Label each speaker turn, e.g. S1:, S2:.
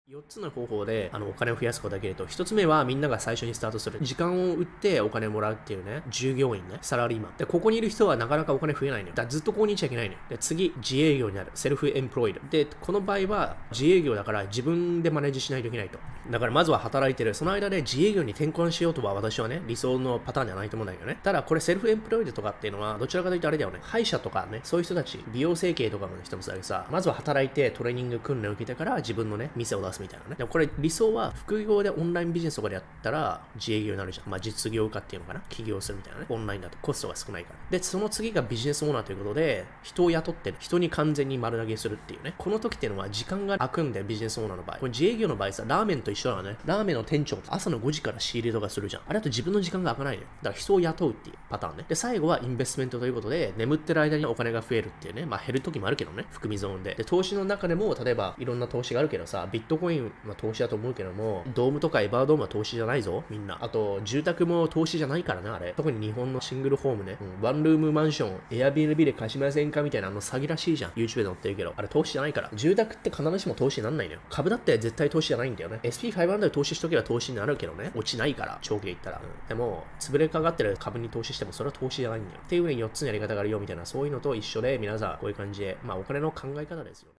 S1: 4つの方法でお金を増やすことができると、1つ目はみんなが最初にスタートする。時間を売ってお金をもらうっていうね、従業員ね、サラリーマン。で、ここにいる人はなかなかお金増えないのよ。だからずっとここにいちゃいけないのよ。で、次、自営業になる。セルフエンプロイド。で、この場合は自営業だから自分でマネージしないといけないと。だからまずは働いてる。その間で自営業に転換しようとは私はね、理想のパターンじゃないと思うんだけどね。ただこれセルフエンプロイドとかっていうのは、どちらかというとあれだよね。歯医者とかね、そういう人たち、美容整形とかの人もさ、まずは働いてトレーニング訓練を受けてから自分のね、店を出すみたいなね。でもこれ理想は副業でオンラインビジネスとかでやったら自営業になるじゃん。まあ実業家っていうのかな。起業するみたいなね。オンラインだとコストが少ないから。で、その次がビジネスオーナーということで、人を雇ってる。人に完全に丸投げするっていうね。この時っていうのは時間が空くんで、ビジネスオーナーの場合。これ自営業の場合さ、ラーメンと一緒だね。ラーメンの店長って朝の5時から仕入れとかするじゃん。あれだと自分の時間が空かないのよ。だから人を雇うっていうパターンね。で、最後はインベストメントということで、眠ってる間にお金が増えるっていうね。まあ減る時もあるけどね。含み損で。で、投資の中でも、例えばいろんな投資があるけどさ、ビットコインは投資だと思うけども、ドームとかエバードームは投資じゃないぞ、みんな。あと、住宅も投資じゃないからね、あれ。特に日本のシングルホームね。ワンルームマンション、エアビールビーで貸しませんかみたいな詐欺らしいじゃん。YouTube で載ってるけど。あれ投資じゃないから。住宅って必ずしも投資になんないのよ。株だって絶対投資じゃないんだよね。SP500 で投資しとけば投資になるけどね。落ちないから、長期で言ったら。でも、潰れかかってる株に投資してもそれは投資じゃないんだよ。っていう風に4つのやり方があるよみたいな、そういうのと一緒で、皆さんこういう感じで、まあお金の考え方ですよね。